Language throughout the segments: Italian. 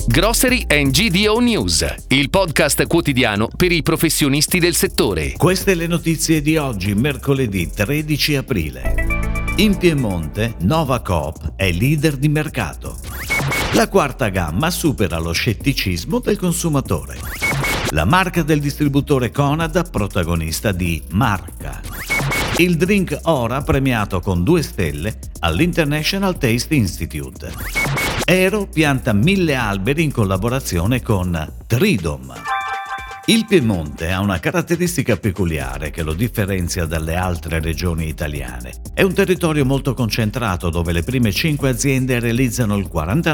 Grocery and GDO News, il podcast quotidiano per i professionisti del settore. Queste le notizie di oggi, mercoledì 13 aprile. In Piemonte, Nova Coop è leader di mercato. La quarta gamma supera lo scetticismo del consumatore. La marca del distributore Conad, protagonista di Marca. Il drink Ora premiato con 2 stelle all'International Taste Institute. Aero pianta 1000 alberi in collaborazione con Tridom. Il Piemonte ha una caratteristica peculiare che lo differenzia dalle altre regioni italiane. È un territorio molto concentrato dove le prime 5 aziende realizzano il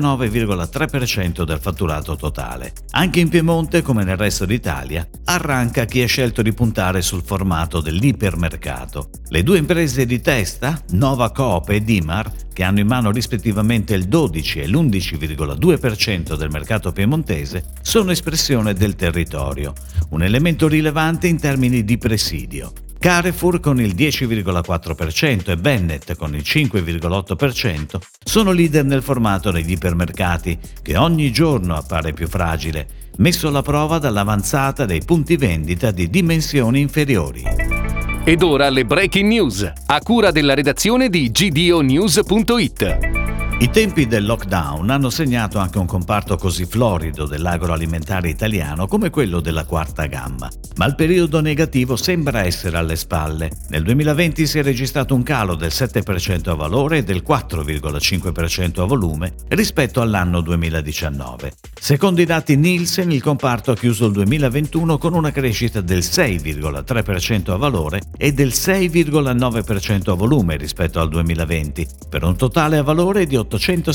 49,3% del fatturato totale. Anche in Piemonte, come nel resto d'Italia, arranca chi ha scelto di puntare sul formato dell'ipermercato. Le 2 imprese di testa, Nova Coop e Dimar, che hanno in mano rispettivamente il 12 e l'11,2% del mercato piemontese, sono espressione del territorio, un elemento rilevante in termini di presidio. Carrefour con il 10,4% e Bennett con il 5,8% sono leader nel formato degli ipermercati, che ogni giorno appare più fragile, messo alla prova dall'avanzata dei punti vendita di dimensioni inferiori. Ed ora le breaking news, a cura della redazione di gdonews.it. I tempi del lockdown hanno segnato anche un comparto così florido dell'agroalimentare italiano come quello della quarta gamma, ma il periodo negativo sembra essere alle spalle. Nel 2020 si è registrato un calo del 7% a valore e del 4,5% a volume rispetto all'anno 2019. Secondo i dati Nielsen, il comparto ha chiuso il 2021 con una crescita del 6,3% a valore e del 6,9% a volume rispetto al 2020, per un totale a valore di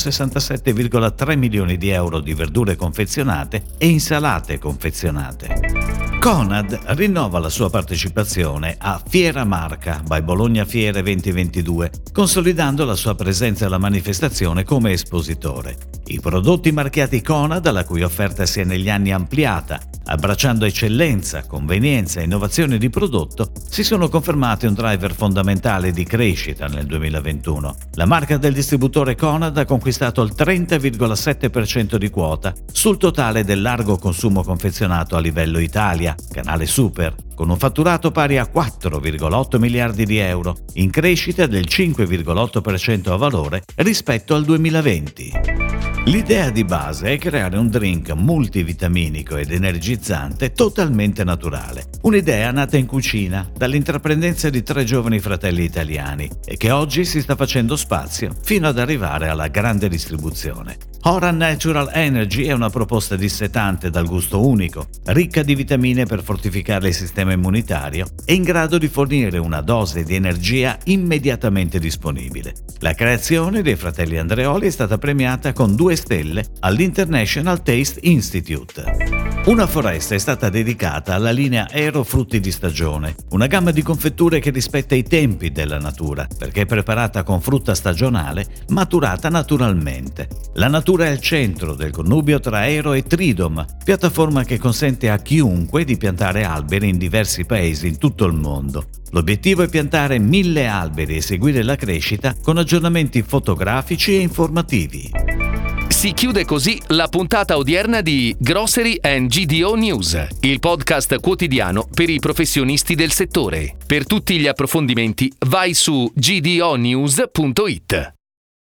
867,3 milioni di euro di verdure confezionate e insalate confezionate. Conad rinnova la sua partecipazione a Fiera Marca by Bologna Fiere 2022, consolidando la sua presenza alla manifestazione come espositore. I prodotti marchiati Conad, la cui offerta si è negli anni ampliata, abbracciando eccellenza, convenienza e innovazione di prodotto, si sono confermati un driver fondamentale di crescita nel 2021. La marca del distributore Conad ha conquistato il 30,7% di quota sul totale del largo consumo confezionato a livello Italia, canale Super, con un fatturato pari a 4,8 miliardi di euro, in crescita del 5,8% a valore rispetto al 2020. L'idea di base è creare un drink multivitaminico ed energizzante totalmente naturale. Un'idea nata in cucina dall'intraprendenza di 3 giovani fratelli italiani e che oggi si sta facendo spazio fino ad arrivare alla grande distribuzione. Ora Natural Energy è una proposta dissetante dal gusto unico, ricca di vitamine per fortificare il sistema immunitario e in grado di fornire una dose di energia immediatamente disponibile. La creazione dei fratelli Andreoli è stata premiata con 2 stelle all'International Taste Institute. Una foresta è stata dedicata alla linea Aero Frutti di Stagione, una gamma di confetture che rispetta i tempi della natura, perché è preparata con frutta stagionale maturata naturalmente. La natura è al centro del connubio tra Aero e Tridom, piattaforma che consente a chiunque di piantare alberi in diversi paesi in tutto il mondo. L'obiettivo è piantare 1000 alberi e seguire la crescita con aggiornamenti fotografici e informativi. Si chiude così la puntata odierna di Grocery and GDO News, il podcast quotidiano per i professionisti del settore. Per tutti gli approfondimenti vai su gdonews.it.